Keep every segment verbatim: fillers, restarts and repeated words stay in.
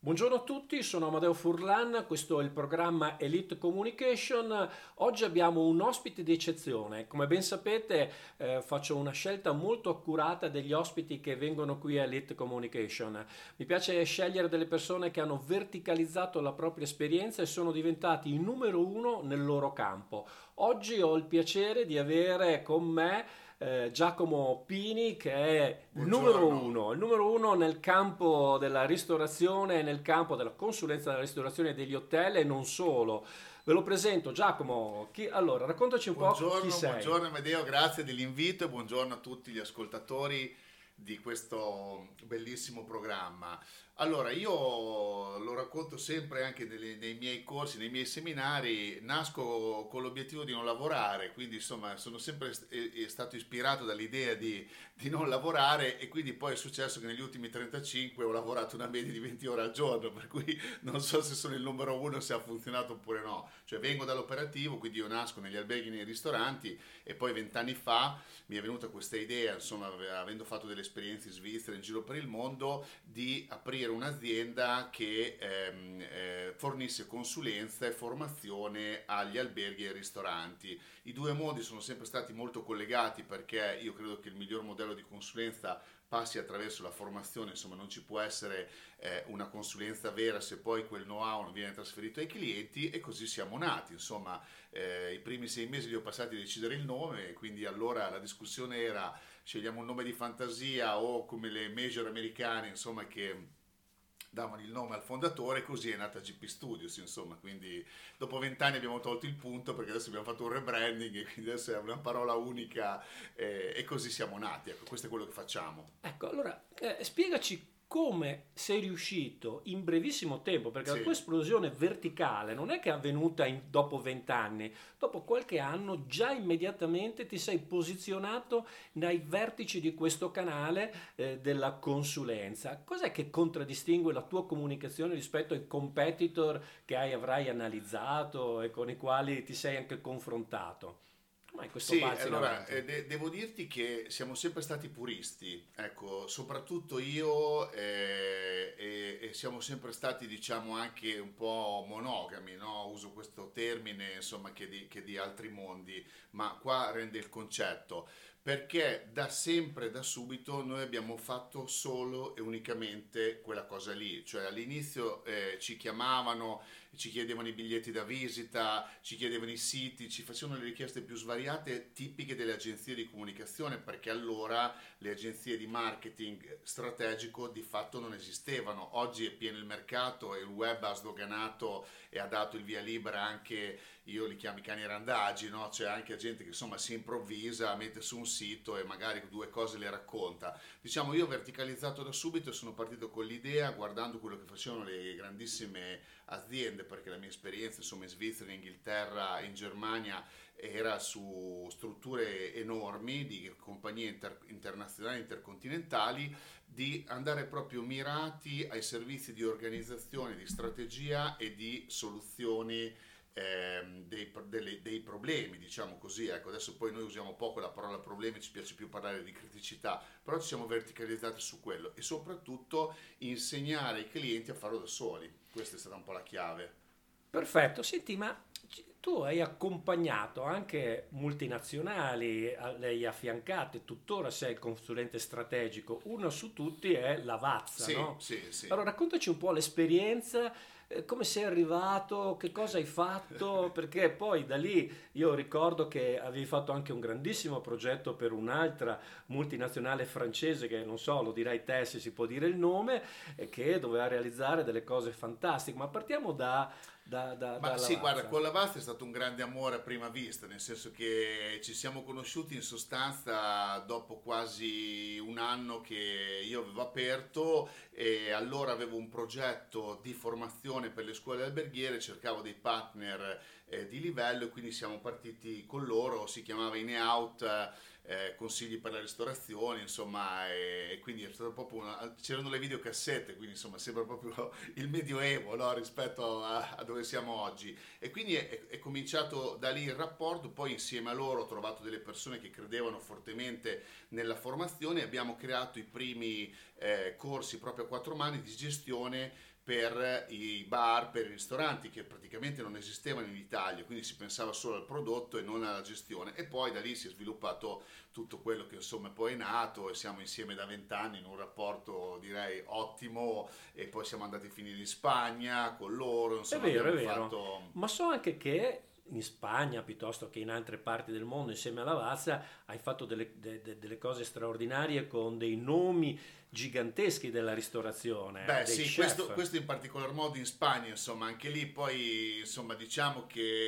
Buongiorno a tutti, sono Amadeo Furlan, questo è il programma Elite Communication. Oggi abbiamo un ospite di eccezione. Come ben sapete, eh, faccio una scelta molto accurata degli ospiti che vengono qui a Elite Communication. Mi piace scegliere delle persone che hanno verticalizzato la propria esperienza e sono diventati il numero uno nel loro campo. Oggi ho il piacere di avere con me eh, Giacomo Pini, che è il numero Buongiorno. uno, il numero uno nel campo della ristorazione, nel campo della consulenza della ristorazione e degli hotel e non solo. Ve lo presento, Giacomo. Chi- allora, raccontaci un po' chi Buongiorno, sei. buongiorno Amedeo, grazie dell'invito e buongiorno a tutti gli ascoltatori di questo bellissimo programma. Allora, io lo racconto sempre anche nelle- nei miei corsi, nei miei seminari, nasco con l'obiettivo di non lavorare, quindi insomma sono sempre st- eh, eh, stato ispirato dall'idea di, di non lavorare e quindi poi è successo che negli ultimi trentacinque ho lavorato una media di venti ore al giorno, per cui non so se sono il numero uno, se ha funzionato oppure no. Cioè vengo dall'operativo, quindi io nasco negli alberghi e nei ristoranti e poi vent'anni fa mi è venuta questa idea, insomma, ave- avendo fatto delle esperienze in Svizzera, in giro per il mondo, di aprire un'azienda che ehm, eh, fornisse consulenza e formazione agli alberghi e ai ristoranti. I due mondi sono sempre stati molto collegati perché io credo che il miglior modello di consulenza passi attraverso la formazione, insomma non ci può essere eh, una consulenza vera se poi quel know-how non viene trasferito ai clienti e così siamo nati, insomma eh, i primi sei mesi li ho passati a decidere il nome e quindi allora la discussione era scegliamo un nome di fantasia o come le major americane, insomma, che davano il nome al fondatore, così è nata G P Studios, insomma, quindi dopo vent'anni abbiamo tolto il punto perché adesso abbiamo fatto un rebranding e quindi adesso è una parola unica eh, e così siamo nati, ecco, questo è quello che facciamo. Ecco, allora, eh, spiegaci come sei riuscito in brevissimo tempo, perché la tua Sì. esplosione verticale non è che è avvenuta in- dopo vent'anni, dopo qualche anno già immediatamente ti sei posizionato nei vertici di questo canale eh, della consulenza. Cos'è che contraddistingue la tua comunicazione rispetto ai competitor che hai, avrai analizzato e con i quali ti sei anche confrontato? Come hai questo Sì, balzo in allora avanti? eh, de- devo dirti che siamo sempre stati puristi, ecco, soprattutto io eh, e, e siamo sempre stati, diciamo, anche un po' monogami, no? Uso questo termine, insomma, che di, che di altri mondi, ma qua rende il concetto, perché da sempre, da subito, noi abbiamo fatto solo e unicamente quella cosa lì, cioè all'inizio eh, ci chiamavano, ci chiedevano i biglietti da visita, ci chiedevano i siti, ci facevano le richieste più svariate tipiche delle agenzie di comunicazione, perché allora le agenzie di marketing strategico di fatto non esistevano. Oggi è pieno il mercato e il web ha sdoganato e ha dato il via libera anche, io li chiamo i cani randagi, no? C'è anche gente che insomma si improvvisa, mette su un sito e magari due cose le racconta. Diciamo, io ho verticalizzato da subito e sono partito con l'idea, guardando quello che facevano le grandissime aziende, perché la mia esperienza insomma in Svizzera, in Inghilterra, in Germania era su strutture enormi di compagnie inter- internazionali, intercontinentali, di andare proprio mirati ai servizi di organizzazione, di strategia e di soluzioni ehm, dei, delle- dei problemi, diciamo così. Ecco, adesso poi noi usiamo poco la parola problemi, ci piace più parlare di criticità, però ci siamo verticalizzati su quello e soprattutto insegnare ai clienti a farlo da soli. Questa è stata un po' la chiave. Perfetto, senti, ma c- tu hai accompagnato anche multinazionali, a- le hai affiancate, tuttora sei il consulente strategico, uno su tutti è Lavazza, Sì, no? sì, sì. Allora raccontaci un po' l'esperienza, eh, come sei arrivato, che cosa hai fatto, perché poi da lì io ricordo che avevi fatto anche un grandissimo progetto per un'altra multinazionale francese, che non so, lo dirai te se si può dire il nome, e che doveva realizzare delle cose fantastiche, ma partiamo da da, da, Ma da sì, guarda, Lavazza. con la Vasta è stato un grande amore a prima vista, nel senso che ci siamo conosciuti in sostanza dopo quasi un anno che io avevo aperto e allora avevo un progetto di formazione per le scuole alberghiere, cercavo dei partner eh, di livello e quindi siamo partiti con loro, si chiamava In e Out, eh, consigli per la ristorazione, insomma, e, e quindi è stato proprio una, c'erano le videocassette, quindi insomma sembra proprio il medioevo, no, rispetto a, a dove siamo oggi. E quindi è, è cominciato da lì il rapporto, poi insieme a loro ho trovato delle persone che credevano fortemente nella formazione e abbiamo creato i primi eh, corsi proprio a quattro mani di gestione per i bar, per i ristoranti che praticamente non esistevano in Italia, quindi si pensava solo al prodotto e non alla gestione, e poi da lì si è sviluppato tutto quello che insomma poi è nato e siamo insieme da vent'anni in un rapporto direi ottimo, e poi siamo andati a finire in Spagna con loro, È insomma vero, è abbiamo vero, fatto... ma so anche che in Spagna piuttosto che in altre parti del mondo, insieme alla Lavazza, hai fatto delle, de- de- delle cose straordinarie con dei nomi giganteschi della ristorazione, Beh dei sì, questo, chef. questo in particolar modo in Spagna, insomma, anche lì poi, insomma, diciamo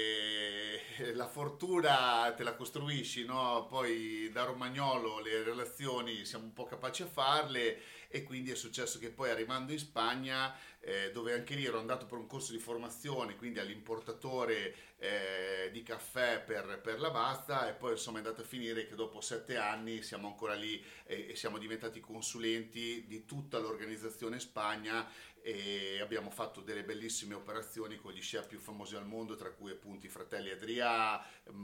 che la fortuna te la costruisci, no? Poi da romagnolo le relazioni siamo un po' capaci a farle, e quindi è successo che poi arrivando in Spagna, eh, dove anche lì ero andato per un corso di formazione, quindi all'importatore eh, di caffè per, per la Basta, e poi insomma è andato a finire che dopo sette anni siamo ancora lì e, e siamo diventati consulenti di tutta l'organizzazione Spagna, e abbiamo fatto delle bellissime operazioni con gli chef più famosi al mondo, tra cui appunto i fratelli Adrià,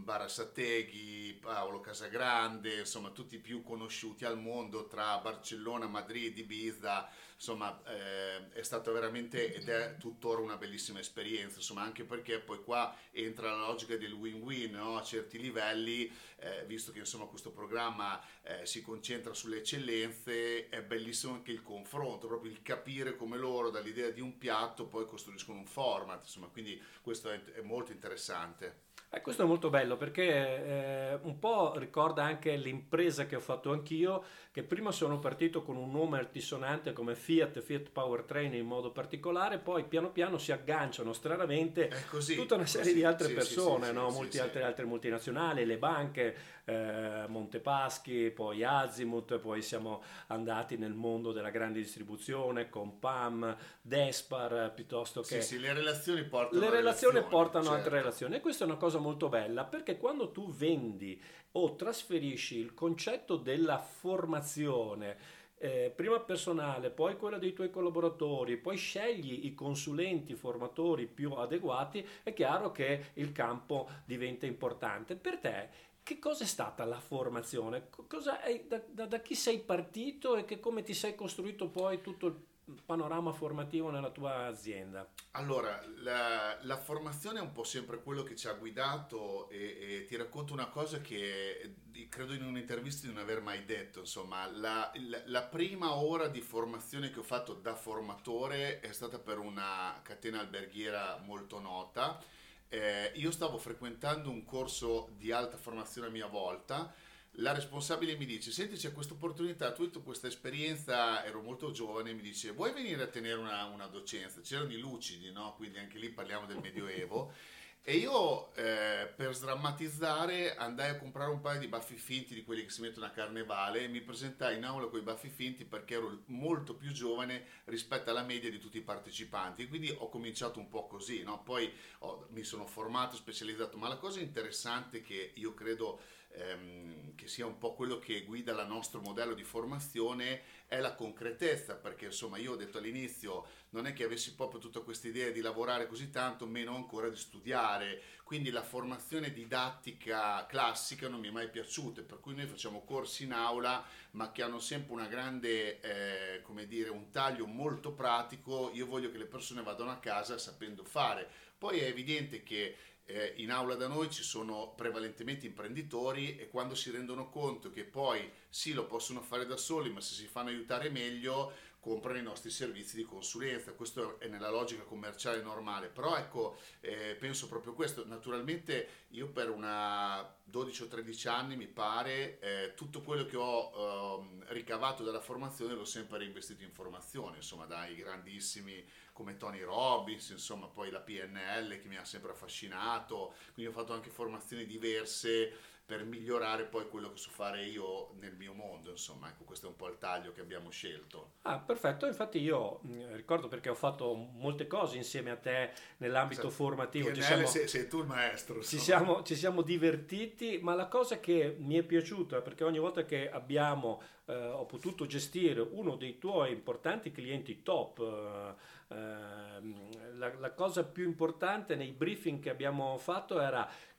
Barasategui, Paolo Casagrande, insomma tutti i più conosciuti al mondo tra Barcellona, Madrid, Ibiza, insomma eh, è stata veramente ed è tuttora una bellissima esperienza, insomma, anche perché poi qua entra la logica del win-win, no? A certi livelli, eh, visto che insomma questo programma eh, si concentra sulle eccellenze, è bellissimo anche il confronto, proprio il capire come loro dall'idea di un piatto poi costruiscono un format, insomma, quindi questo è, è molto interessante. Eh, questo è molto bello perché eh, un po' ricorda anche l'impresa che ho fatto anch'io, che prima sono partito con un nome altisonante come Fiat, Fiat Powertrain in modo particolare, poi piano piano si agganciano stranamente È così, tutta una serie di così, altre sì, sì, sì, persone, sì, no? sì, Molti sì. altre, altre multinazionali, le banche, eh, Montepaschi, poi Azimut, poi siamo andati nel mondo della grande distribuzione con P A M, Despar, piuttosto Sì, che sì, le relazioni le portano a relazioni relazioni, portano a altre certo. relazioni, e questa è una cosa molto bella perché quando tu vendi o trasferisci il concetto della formazione, eh, prima personale, poi quella dei tuoi collaboratori, poi scegli i consulenti formatori più adeguati, è chiaro che il campo diventa importante. Per te, che cosa è stata la formazione? Co- Cosa hai- da, da- da chi sei partito e che, come ti sei costruito poi tutto il panorama formativo nella tua azienda? Allora, la, la formazione è un po' sempre quello che ci ha guidato, e, e ti racconto una cosa che eh, credo in un'intervista di non aver mai detto, insomma, la, la- la prima ora di formazione che ho fatto da formatore è stata per una catena alberghiera molto nota. Eh, io stavo frequentando un corso di alta formazione a mia volta. La responsabile mi dice: Senti, c'è questa opportunità, tu hai avuto questa esperienza, ero molto giovane, mi dice: vuoi venire a tenere una, una docenza? C'erano i lucidi, no? Quindi anche lì parliamo del Medioevo. E io, eh, per sdrammatizzare, andai a comprare un paio di baffi finti, di quelli che si mettono a carnevale, e mi presentai in aula con i baffi finti perché ero molto più giovane rispetto alla media di tutti i partecipanti. Quindi ho cominciato un po' così, no? Poi ho- mi sono formato, specializzato, ma la cosa interessante che io credo ehm, che sia un po' quello che guida il nostro modello di formazione è la concretezza, perché insomma io ho detto all'inizio non è che avessi proprio tutta questa idea di lavorare così tanto, meno ancora di studiare, quindi la formazione didattica classica non mi è mai piaciuta, per cui noi facciamo corsi in aula ma che hanno sempre una grande, eh, come dire, un taglio molto pratico. Io voglio che le persone vadano a casa sapendo fare. Poi è evidente che eh, in aula da noi ci sono prevalentemente imprenditori, e quando si rendono conto che poi sì, lo possono fare da soli, ma se si fanno aiutare meglio, comprano i nostri servizi di consulenza. Questo è nella logica commerciale normale, però ecco, eh, penso proprio questo. Naturalmente io per una dodici o tredici anni, mi pare, eh, tutto quello che ho ehm, ricavato dalla formazione l'ho sempre reinvestito in formazione, insomma, dai grandissimi come Tony Robbins, insomma, poi la P N L che mi ha sempre affascinato, quindi ho fatto anche formazioni diverse per migliorare poi quello che so fare io nel mio mondo, insomma, ecco, questo è un po' il taglio che abbiamo scelto. Ah, perfetto. Infatti io mh, ricordo perché ho fatto molte cose insieme a te nell'ambito Esatto. formativo. Ci P N L siamo, sei, sei tu il maestro, ci insomma. siamo, ci siamo divertiti, ma la cosa che mi è piaciuta, perché ogni volta che abbiamo, eh, ho potuto gestire uno dei tuoi importanti clienti top, eh, ehm, la, la cosa più importante nei briefing che abbiamo fatto era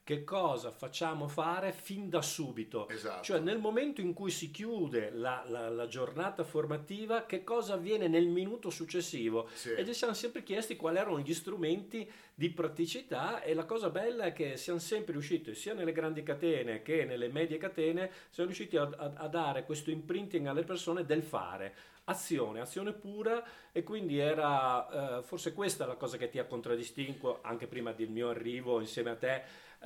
che cosa facciamo fare fin da subito, Esatto. cioè nel momento in cui si chiude la, la, la giornata formativa, che cosa avviene nel minuto successivo, Sì. e ci siamo sempre chiesti quali erano gli strumenti di praticità, e la cosa bella è che siamo sempre riusciti, sia nelle grandi catene che nelle medie catene, siamo riusciti a, a, a dare questo imprinting alle persone del fare. Azione, azione pura, e quindi era eh, forse questa la cosa che ti ha contraddistinto anche prima del mio arrivo insieme a te,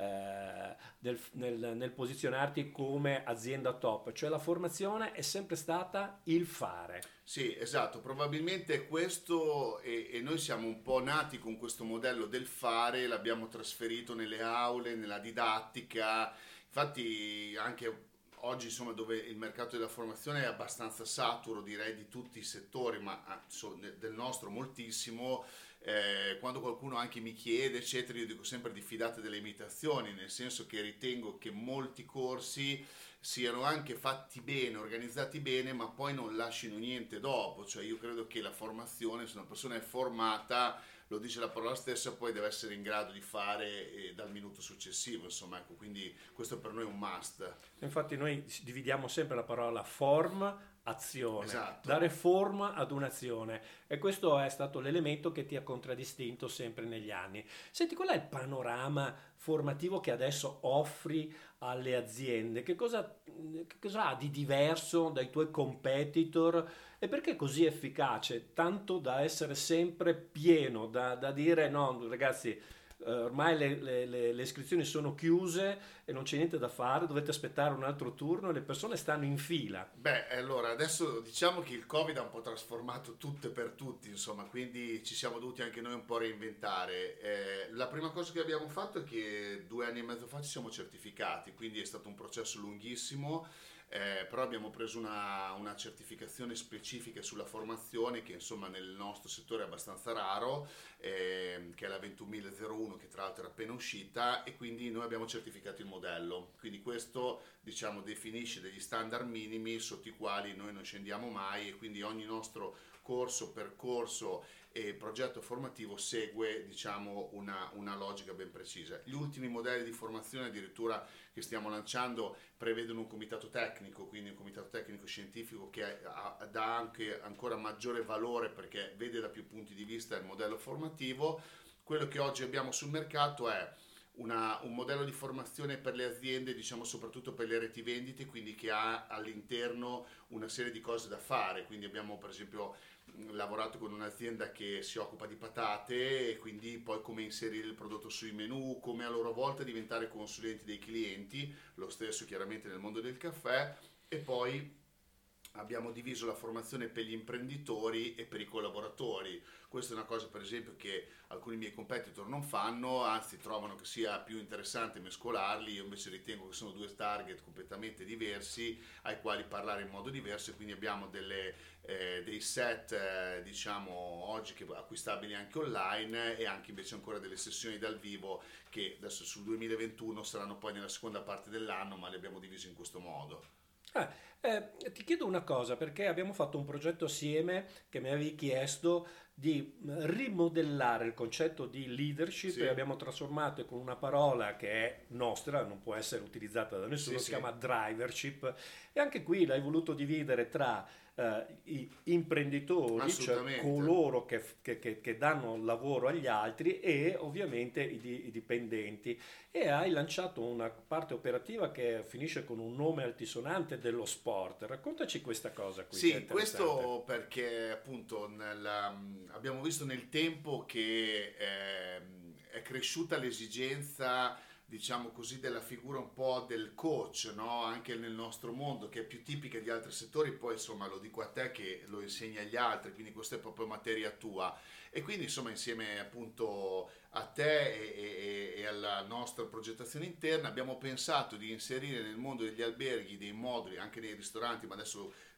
eh, del- nel, nel posizionarti come azienda top, cioè la formazione è sempre stata il fare. Sì, esatto, probabilmente è questo e, e noi siamo un po' nati con questo modello del fare, l'abbiamo trasferito nelle aule, nella didattica, infatti anche oggi insomma dove il mercato della formazione è abbastanza saturo direi di tutti i settori, ma ah, so- del nostro moltissimo, eh, quando qualcuno anche mi chiede eccetera io dico sempre diffidate delle imitazioni, nel senso che ritengo che molti corsi siano anche fatti bene, organizzati bene, ma poi non lasciano niente dopo, cioè io credo che la formazione, se una persona è formata, lo dice la parola stessa, poi deve essere in grado di fare eh, dal minuto successivo, insomma, ecco, quindi questo per noi è un must. Infatti noi dividiamo sempre la parola form, azione, Esatto. dare forma ad un'azione, e questo è stato l'elemento che ti ha contraddistinto sempre negli anni. Senti, qual è il panorama formativo che adesso offri alle aziende? Che cosa, che cosa ha di diverso dai tuoi competitor, e perché è così efficace, tanto da essere sempre pieno, da, da dire no ragazzi, eh, ormai le, le- le- le iscrizioni sono chiuse e non c'è niente da fare, dovete aspettare un altro turno e le persone stanno in fila. Beh, allora adesso diciamo che il Covid ha un po' trasformato tutto e per tutti, insomma, quindi ci siamo dovuti anche noi un po' reinventare. Eh, la prima cosa che abbiamo fatto è che due anni e mezzo fa ci siamo certificati, quindi è stato un processo lunghissimo, eh, però abbiamo preso una, una certificazione specifica sulla formazione che insomma nel nostro settore è abbastanza raro, ehm, che è la ventunomilaeuno che tra l'altro è appena uscita e quindi noi abbiamo certificato il modello. Quindi questo diciamo definisce degli standard minimi sotto i quali noi non scendiamo mai e quindi ogni nostro corso, percorso e progetto formativo segue diciamo una, una logica ben precisa. Gli ultimi modelli di formazione addirittura che stiamo lanciando prevedono un comitato tecnico, quindi un comitato tecnico scientifico che ha- dà anche ancora maggiore valore perché vede da più punti di vista il modello formativo. Quello che oggi abbiamo sul mercato è una- un modello di formazione per le aziende, diciamo soprattutto per le reti vendite, quindi che ha all'interno una serie di cose da fare. Quindi abbiamo per esempio mh, lavorato con un'azienda che si occupa di patate e quindi poi come inserire il prodotto sui menu, come a loro volta diventare consulenti dei clienti, lo stesso chiaramente nel mondo del caffè e poi abbiamo diviso la formazione per gli imprenditori e per i collaboratori. Questa è una cosa per esempio che alcuni miei competitor non fanno, anzi trovano che sia più interessante mescolarli, io invece ritengo che sono due target completamente diversi ai quali parlare in modo diverso e quindi abbiamo delle, eh, dei set eh, diciamo oggi che acquistabili anche online e anche invece ancora delle sessioni dal vivo che adesso sul duemilaventuno saranno poi nella seconda parte dell'anno ma le abbiamo divise in questo modo. Ah, eh, ti chiedo una cosa, perché abbiamo fatto un progetto assieme che mi avevi chiesto di mh, rimodellare il concetto di leadership, e Sì, abbiamo trasformato con una parola che è nostra, non può essere utilizzata da nessuno, sì, si sì, chiama drivership, e anche qui l'hai voluto dividere tra eh, i imprenditori, cioè assolutamente. coloro che, che- che- che danno lavoro agli altri, e ovviamente i, di- i dipendenti, e hai lanciato una parte operativa che finisce con un nome altisonante dello sport. Raccontaci questa cosa qui che è Sì, interessante. questo perché appunto nella- abbiamo visto nel tempo che ehm, è cresciuta l'esigenza, diciamo così, della figura un po' del coach, no? Anche nel nostro mondo, che è più tipica di altri settori, poi insomma lo dico a te che lo insegni agli altri, quindi questa è proprio materia tua. E quindi insomma insieme appunto a te e, e- e alla nostra progettazione interna abbiamo pensato di inserire nel mondo degli alberghi dei moduli, anche nei ristoranti, ma adesso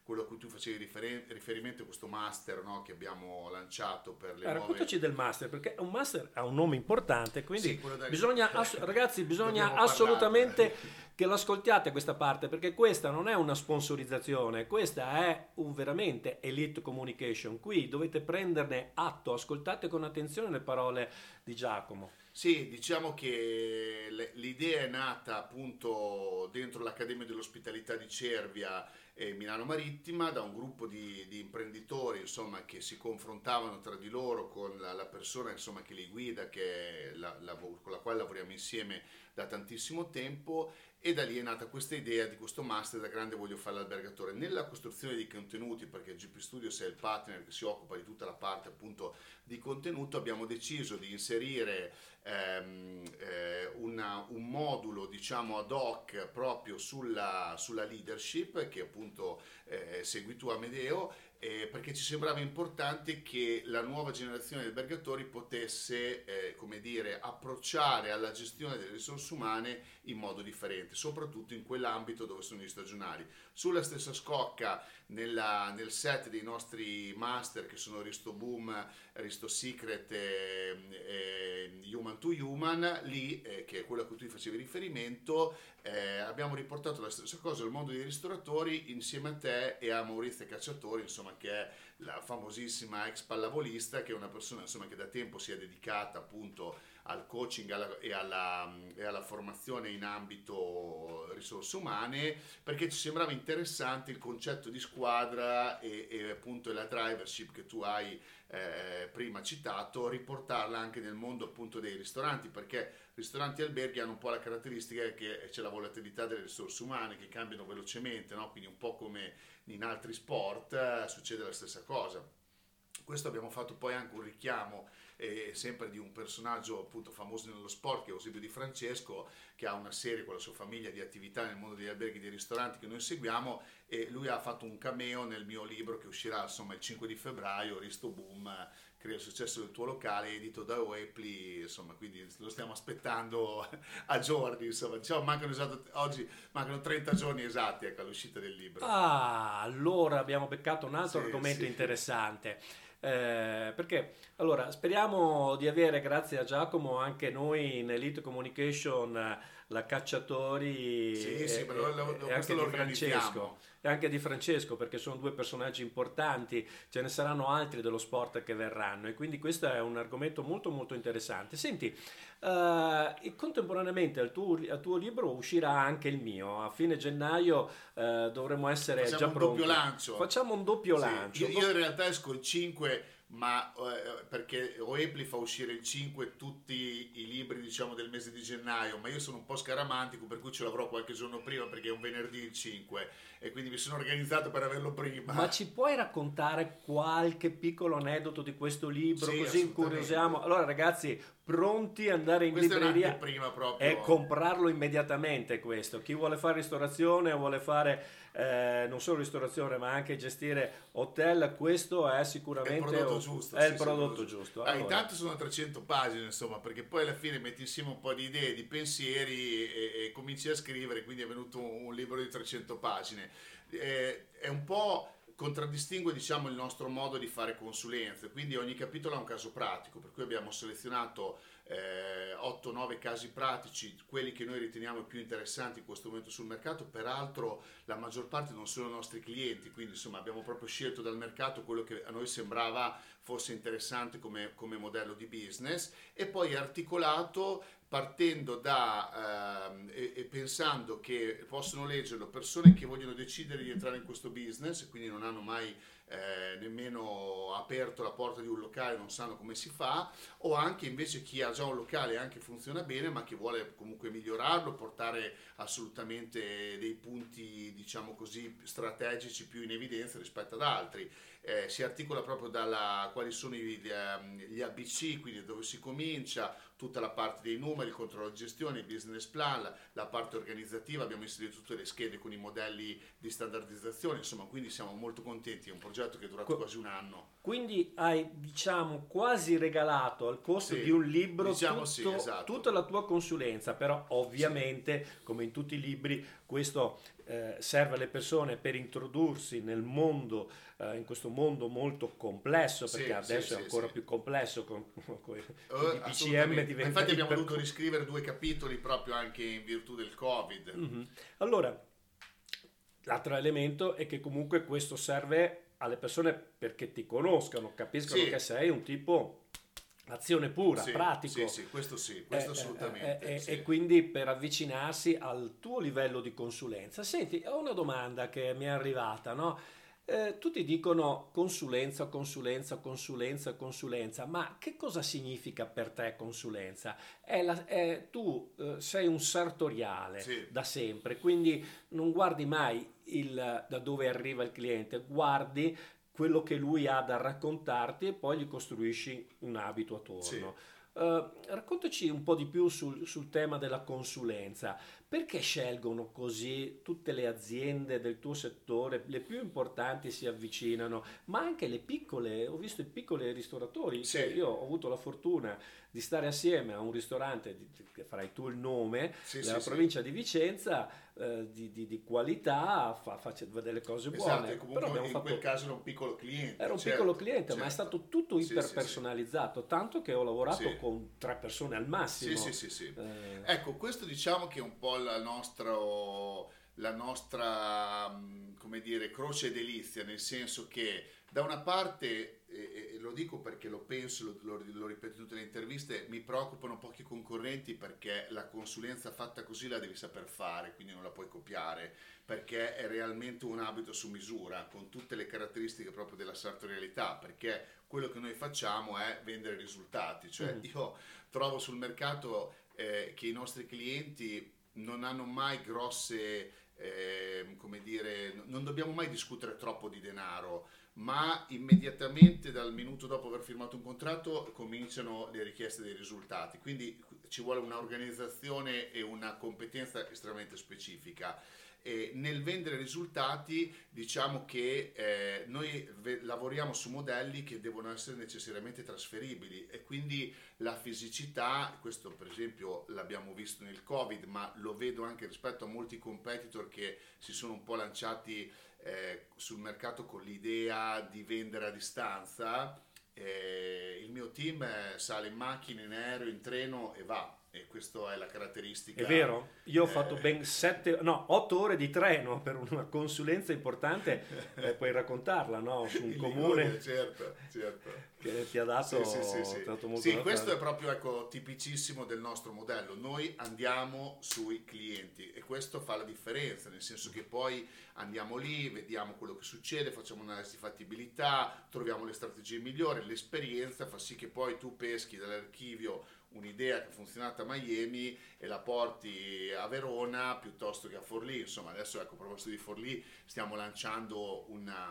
quello a cui tu facevi rifer- riferimento, questo master, no, che abbiamo lanciato per le eh, nuove... Raccontaci del master, perché un master ha un nome importante, quindi Sì, quello da... bisogna, ass- ragazzi, bisogna Dobbiamo assolutamente parlarne. che l'ascoltiate questa parte, perché questa non è una sponsorizzazione, questa è un veramente elite communication. Qui dovete prenderne atto, ascoltate con attenzione le parole di Giacomo. Sì, diciamo che le- l'idea è nata appunto dentro l'Accademia dell'Ospitalità di Cervia e Milano Marittima da un gruppo di, di imprenditori, insomma, che si confrontavano tra di loro con la, la persona, insomma, che li guida, che è la- la- con la quale lavoriamo insieme da tantissimo tempo, e da lì è nata questa idea di questo master da grande voglio fare l'albergatore. Nella costruzione di contenuti, perché G P Studios è il partner che si occupa di tutta la parte appunto di contenuto, abbiamo deciso di inserire ehm, eh, una- un modulo diciamo ad hoc proprio sulla, sulla leadership che appunto eh, segui tu Amedeo, eh, perché ci sembrava importante che la nuova generazione di albergatori potesse eh, come dire, approcciare alla gestione delle risorse umane in modo differente, soprattutto in quell'ambito dove sono gli stagionali. Sulla stessa scocca, nella- nel set dei nostri master che sono Risto Boom, Risto Secret e, e Human to Human, lì, eh, che è quello a cui tu facevi riferimento, eh, abbiamo riportato la stessa cosa al mondo dei ristoratori insieme a te e a Maurizio Cacciatori, insomma, che è la famosissima ex pallavolista, che è una persona insomma, che da tempo si è dedicata appunto al coaching alla- e, alla, e alla formazione in ambito risorse umane, perché ci sembrava interessante il concetto di squadra e, e appunto la drivership che tu hai eh, prima citato, riportarla anche nel mondo appunto dei ristoranti, perché ristoranti e alberghi hanno un po' la caratteristica che c'è la volatilità delle risorse umane che cambiano velocemente, no? Quindi un po' come in altri sport eh, succede la stessa cosa. Questo abbiamo fatto poi anche un richiamo eh, sempre di un personaggio appunto famoso nello sport che è Eusebio Di Francesco, che ha una serie con la sua famiglia di attività nel mondo degli alberghi e dei ristoranti che noi seguiamo, e lui ha fatto un cameo nel mio libro che uscirà insomma il cinque di febbraio, Risto Boom, crea il successo del tuo locale, edito da Oepli, insomma, quindi lo stiamo aspettando a giorni, insomma, diciamo mancano esatto, oggi mancano trenta giorni esatti ecco, all'uscita del libro. Ah, allora abbiamo beccato un altro Sì, argomento sì. interessante. Eh, perché allora speriamo di avere, grazie a Giacomo, anche noi in Elite Communication eh, la Cacciatori Sì, sì, e, ma lo- lo- e- lo- e questo anche lo di Francesco. organizziamo. E anche di Francesco, perché sono due personaggi importanti, ce ne saranno altri dello sport che verranno, e quindi questo è un argomento molto molto interessante. Senti, eh, e contemporaneamente al tuo, al tuo libro uscirà anche il mio, a fine gennaio eh, dovremo essere Facciamo già un doppio pronti. lancio. Facciamo un doppio Sì, io, lancio. io in realtà esco il cinque, ma eh, perché Oepli fa uscire il cinque tutti i libri, diciamo, del mese di gennaio, ma io sono un po' scaramantico, per cui ce l'avrò qualche giorno prima, perché è un venerdì il cinque, e quindi mi sono organizzato per averlo Ma prima. ci puoi raccontare qualche piccolo aneddoto di questo libro, Sì, così incuriosiamo? assolutamente. Allora, ragazzi, pronti ad andare in Questa è libreria un'anteprima e proprio. comprarlo immediatamente questo. Chi vuole fare ristorazione o vuole fare eh, non solo ristorazione, ma anche gestire hotel, questo è È il sicuramente prodotto un- giusto, è il sì, sì, è il prodotto prodotto giusto. giusto. Ah, Allora, intanto sono trecento pagine, insomma, perché poi alla fine metti insieme un po' di idee, di pensieri e, e cominci a scrivere, quindi è venuto un, un libro di trecento pagine. Eh, è un po' contraddistingue, diciamo, il nostro modo di fare consulenze, quindi ogni capitolo ha un caso pratico, per cui abbiamo selezionato eh, otto nove casi pratici, quelli che noi riteniamo più interessanti in questo momento sul mercato. Peraltro la maggior parte non sono nostri clienti, quindi insomma abbiamo proprio scelto dal mercato quello che a noi sembrava fosse interessante come, come modello di business, e poi articolato partendo da ehm, e, e pensando che possono leggerlo persone che vogliono decidere di entrare in questo business e quindi non hanno mai eh, nemmeno aperto la porta di un locale, non sanno come si fa, o anche invece chi ha già un locale e anche funziona bene ma che vuole comunque migliorarlo, portare assolutamente dei punti, diciamo così, strategici più in evidenza rispetto ad altri. Eh, si articola proprio dalla quali sono i, gli A B C, quindi dove si comincia, tutta la parte dei numeri, il controllo di gestione, il business plan, la, la parte organizzativa, abbiamo inserito tutte le schede con i modelli di standardizzazione, insomma, quindi siamo molto contenti, è un progetto progetto che è durato quasi un anno. Quindi hai, diciamo, quasi regalato al costo Sì, di un libro diciamo tutto, sì, esatto. tutta la tua consulenza, però ovviamente, sì, come in tutti i libri, questo eh, serve alle persone per introdursi nel mondo, eh, in questo mondo molto complesso, perché sì, adesso sì, è ancora sì, più complesso, con, con, con uh, i P C M diventa. Infatti abbiamo dovuto riscrivere due capitoli proprio anche in virtù del Covid. Mm-hmm. Allora, l'altro elemento è che comunque questo serve alle persone perché ti conoscano, capiscono sì, che sei un tipo azione pura, sì, pratico. Sì, sì, questo sì, questo eh, assolutamente. Eh, eh, sì. E quindi per avvicinarsi al tuo livello di consulenza. Senti, ho una domanda che mi è arrivata, no? Eh, tutti dicono consulenza, consulenza, consulenza, consulenza, ma che cosa significa per te consulenza? È la, è, tu eh, sei un sartoriale sì, da sempre, quindi non guardi mai il, da dove arriva il cliente, guardi quello che lui ha da raccontarti e poi gli costruisci un abito attorno. Sì. Uh, raccontaci un po' di più sul, sul tema della consulenza. Perché scelgono così tutte le aziende del tuo settore, le più importanti si avvicinano, ma anche le piccole, ho visto i piccoli ristoratori, sì, cioè io ho avuto la fortuna di stare assieme a un ristorante, che farai tu il nome, sì, della sì, provincia sì. di Vicenza, eh, di, di, di qualità, fa, faceva delle cose buone. Esatto, e comunque però in fatto... quel caso era un piccolo cliente. Era un certo, piccolo cliente, certo. ma è stato tutto sì, iperpersonalizzato, sì, sì. Tanto che ho lavorato sì. con tre persone al massimo. Sì, sì, sì, sì. Eh... Ecco, questo diciamo che è un po' la nostra, la nostra, come dire, croce delizia, nel senso che da una parte, e, e lo dico perché lo penso, lo, lo, lo ripeto in tutte le interviste, mi preoccupano pochi concorrenti perché la consulenza fatta così la devi saper fare, quindi non la puoi copiare, perché è realmente un abito su misura, con tutte le caratteristiche proprio della sartorialità, perché quello che noi facciamo è vendere risultati, cioè mm. io trovo sul mercato eh, che i nostri clienti non hanno mai grosse, eh, come dire, non dobbiamo mai discutere troppo di denaro, ma immediatamente dal minuto dopo aver firmato un contratto cominciano le richieste dei risultati, quindi ci vuole un'organizzazione e una competenza estremamente specifica. E nel vendere risultati diciamo che eh, noi ve- lavoriamo su modelli che devono essere necessariamente trasferibili e quindi la fisicità, questo per esempio l'abbiamo visto nel Covid, ma lo vedo anche rispetto a molti competitor che si sono un po' lanciati eh, sul mercato con l'idea di vendere a distanza. Eh, il mio team eh, sale in macchina, in aereo, in treno e va. E questa è la caratteristica. È vero, io ho eh... fatto ben sette, no, otto ore di treno per una consulenza importante, eh, puoi raccontarla, no? Su un in comune. Liguria, certo, certo. Che ti ha dato, sì, sì, sì, sì. ti ha dato molto sì da questo fare. è proprio ecco, tipicissimo del nostro modello. Noi andiamo sui clienti e questo fa la differenza, nel senso che poi andiamo lì, vediamo quello che succede, facciamo un'analisi di fattibilità, troviamo le strategie migliori, l'esperienza fa sì che poi tu peschi dall'archivio un'idea che è funzionata a Miami e la porti a Verona piuttosto che a Forlì. Insomma, adesso ecco, a proposito di Forlì, stiamo lanciando una,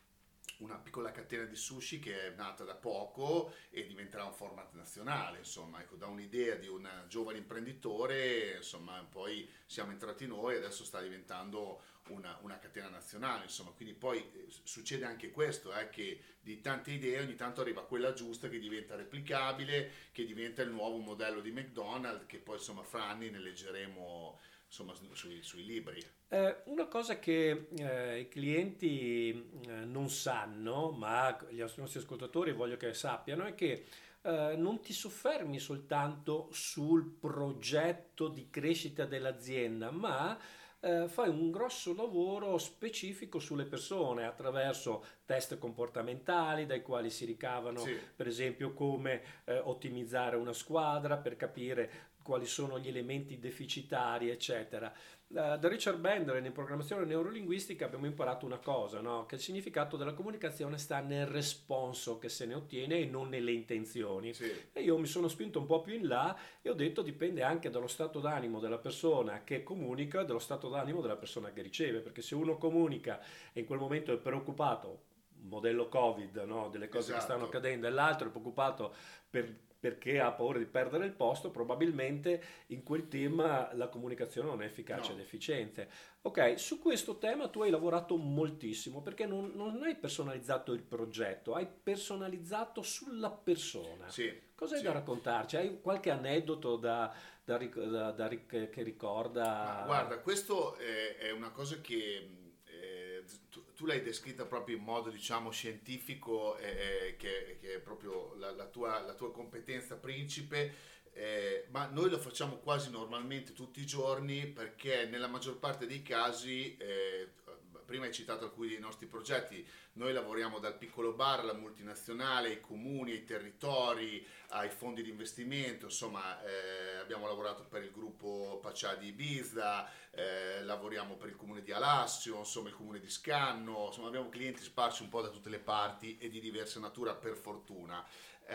una piccola catena di sushi che è nata da poco e diventerà un format nazionale. Insomma, ecco, da un'idea di un giovane imprenditore, insomma, poi siamo entrati noi e adesso sta diventando Una, una catena nazionale, insomma, quindi poi eh, succede anche questo, eh, che di tante idee ogni tanto arriva quella giusta che diventa replicabile, che diventa il nuovo modello di McDonald's, che poi insomma fra anni ne leggeremo insomma sui, sui libri. Eh, una cosa che eh, i clienti eh, non sanno, ma gli nostri ascoltatori voglio che sappiano, è che eh, non ti soffermi soltanto sul progetto di crescita dell'azienda, ma Uh, fai un grosso lavoro specifico sulle persone attraverso test comportamentali dai quali si ricavano Sì. per esempio come uh, ottimizzare una squadra per capire quali sono gli elementi deficitari eccetera. Uh, da Richard Bandler in programmazione neurolinguistica abbiamo imparato una cosa, no? Che il significato della comunicazione sta nel responso che se ne ottiene e non nelle intenzioni. Sì. E io mi sono spinto un po' più in là e ho detto dipende anche dallo stato d'animo della persona che comunica e dallo stato d'animo della persona che riceve, perché se uno comunica e in quel momento è preoccupato, modello Covid, no? Delle cose esatto. che stanno accadendo, e l'altro è preoccupato per, perché ha paura di perdere il posto, probabilmente in quel team la comunicazione non è efficace No. ed efficiente. Ok, su questo tema tu hai lavorato moltissimo perché non, non hai personalizzato il progetto, hai personalizzato sulla persona. Sì, Cosa hai sì. da raccontarci? Hai qualche aneddoto da, da ric- da- da ric- che che Ma ricorda? guarda, questo è, è una cosa che eh, tu, tu l'hai descritta proprio in modo, diciamo, scientifico, eh, che, che è proprio la, la tua, la tua competenza principe, eh, ma noi lo facciamo quasi normalmente tutti i giorni perché nella maggior parte dei casi, eh, prima hai citato alcuni dei nostri progetti, noi lavoriamo dal piccolo bar alla multinazionale, ai comuni, ai territori, ai fondi di investimento, insomma eh, abbiamo lavorato per il gruppo Paccia di Ibiza, eh, lavoriamo per il comune di Alassio, insomma il comune di Scanno, insomma abbiamo clienti sparsi un po' da tutte le parti e di diversa natura per fortuna,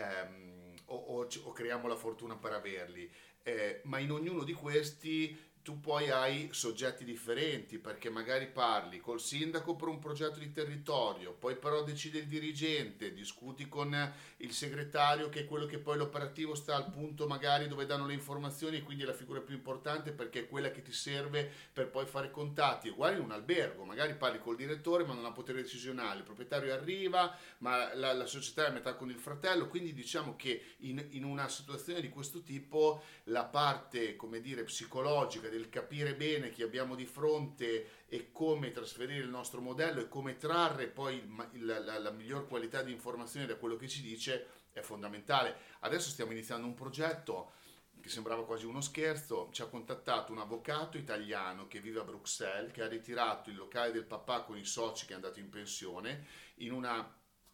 ehm, o, o, o creiamo la fortuna per averli, eh, ma in ognuno di questi tu poi hai soggetti differenti perché magari parli col sindaco per un progetto di territorio, poi però decide il dirigente, discuti con il segretario che è quello che poi l'operativo sta al punto magari dove danno le informazioni e quindi è la figura più importante perché è quella che ti serve per poi fare contatti. Uguale in un albergo, magari parli col direttore ma non ha potere decisionale, il proprietario arriva ma la, la società è a metà con il fratello, quindi diciamo che in, in una situazione di questo tipo la parte, come dire, psicologica del capire bene chi abbiamo di fronte e come trasferire il nostro modello e come trarre poi il, il, la, la miglior qualità di informazione da quello che ci dice è fondamentale. Adesso stiamo iniziando un progetto che sembrava quasi uno scherzo, ci ha contattato un avvocato italiano che vive a Bruxelles, che ha ritirato il locale del papà con i soci che è andato in pensione in una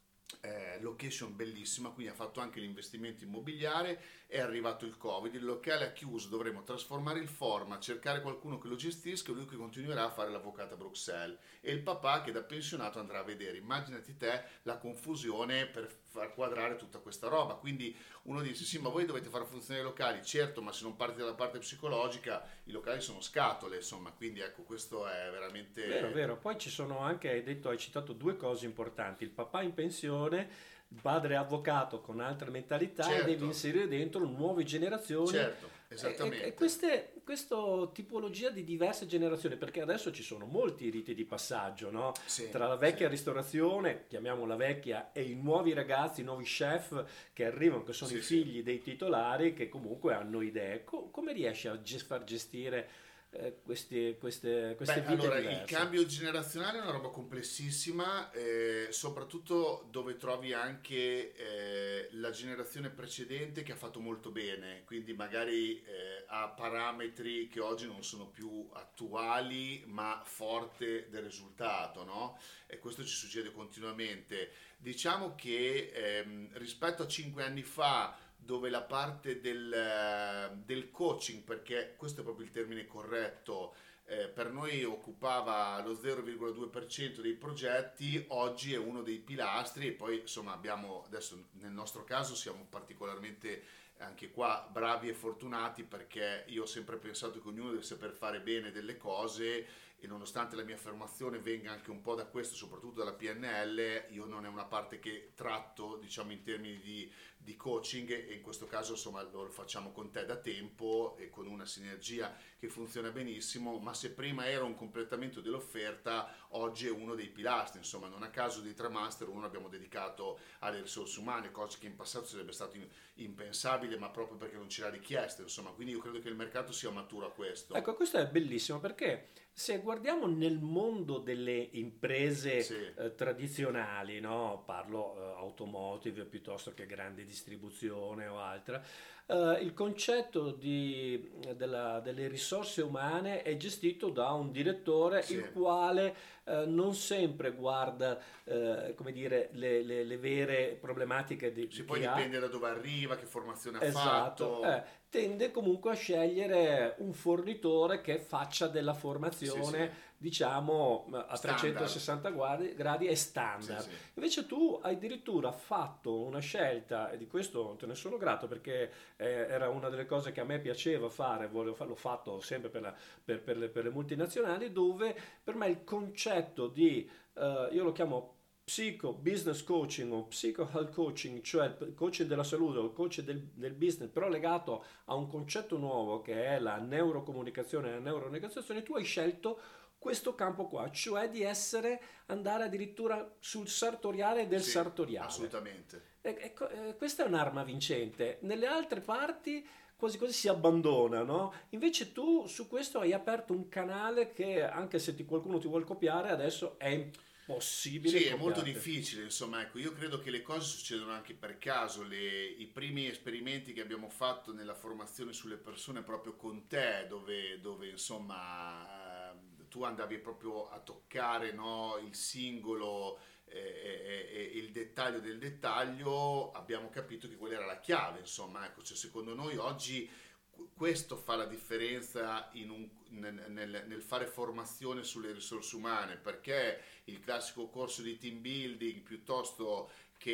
Eh, location bellissima, quindi ha fatto anche l'investimento immobiliare, è arrivato il Covid, il locale ha chiuso, dovremo trasformare il format, cercare qualcuno che lo gestisca e lui che continuerà a fare l'avvocato a Bruxelles e il papà che da pensionato andrà a vedere. Immaginati te la confusione per far quadrare tutta questa roba, quindi uno dice sì ma voi dovete far funzionare i locali, certo, ma se non parti dalla parte psicologica i locali sono scatole, insomma, quindi ecco questo è veramente Vero, vero. Poi ci sono anche, hai detto, hai citato due cose importanti: il papà in pensione, il padre avvocato con altra mentalità, e devi certo, inserire dentro nuove generazioni. certo, E, e- e esattamente. queste, questa tipologia di diverse generazioni, perché adesso ci sono molti riti di passaggio, no? Sì, Tra la sì, vecchia ristorazione, chiamiamola vecchia, e i nuovi ragazzi, i nuovi chef che arrivano, che sono i sì, sì. figli dei titolari, che comunque hanno idee. Co- come riesci a ges- far gestire eh, questi- queste, queste Beh, vite allora il diverse? cambio generazionale è una roba complessissima, eh, soprattutto dove trovi anche eh, la generazione precedente che ha fatto molto bene, quindi magari eh, ha parametri che oggi non sono più attuali, ma forte del risultato, no? E questo ci succede continuamente. Diciamo che ehm, rispetto a cinque anni fa dove la parte del, eh, del coaching, perché questo è proprio il termine corretto, eh, per noi occupava lo zero virgola due per cento dei progetti, oggi è uno dei pilastri e poi insomma abbiamo, adesso nel nostro caso siamo particolarmente anche qua bravi e fortunati perché io ho sempre pensato che ognuno deve saper fare bene delle cose e nonostante la mia affermazione venga anche un po' da questo, soprattutto dalla P N L, io non è una parte che tratto diciamo in termini di, di coaching e in questo caso insomma lo facciamo con te da tempo e con una sinergia che funziona benissimo, ma se prima era un completamento dell'offerta, oggi è uno dei pilastri, insomma non a caso dei tre master uno abbiamo dedicato alle risorse umane, cosa che in passato sarebbe stato impensabile, ma proprio perché non c'era richiesta, insomma, quindi io credo che il mercato sia maturo a questo. Ecco, questo è bellissimo perché se guardiamo nel mondo delle imprese Sì, eh, tradizionali, no? Parlo eh, automotive piuttosto che grande distribuzione o altra, eh, il concetto di- della- delle risorse umane è gestito da un direttore sì. il quale eh, non sempre guarda, eh, come dire, le, le- le vere problematiche di- Sì, poi che ha. dipende da dove arriva, che formazione ha Esatto, eh, fatto. tende comunque a scegliere un fornitore che faccia della Sì, sì, formazione, diciamo, a standard. trecentosessanta guardi- gradi e Sì, standard. sì. Invece tu hai addirittura fatto una scelta, e di questo te ne sono grato perché eh, era una delle cose che a me piaceva fare, volevo fa- l'ho fatto sempre per, la- per- per le, per le multinazionali, dove per me il concetto di, eh, io lo chiamo psico business coaching o psycho health coaching, cioè il coaching della salute o il coaching del, del business, però legato a un concetto nuovo che è la neurocomunicazione e la neuronegoziazione, tu hai scelto questo campo qua, cioè di essere, andare addirittura sul sartoriale del Sì, sartoriale. assolutamente. E, e co- eh, questa è un'arma vincente. Nelle altre parti quasi quasi si abbandona, no? Invece tu su questo hai aperto un canale che, anche se ti- qualcuno ti vuole copiare, adesso è impossibile Sì, è molto copiarti. difficile, insomma, ecco, io credo che le cose succedono anche per caso, le- i primi esperimenti che abbiamo fatto nella formazione sulle persone proprio con te, dove, dove, insomma, eh, tu andavi proprio a toccare, no, il singolo eh, e, e- e il dettaglio del dettaglio, abbiamo capito che quella era la chiave, insomma, ecco, cioè, secondo noi oggi qu- questo fa la differenza in un- nel, nel- nel fare formazione sulle risorse umane, perché il classico corso di team building piuttosto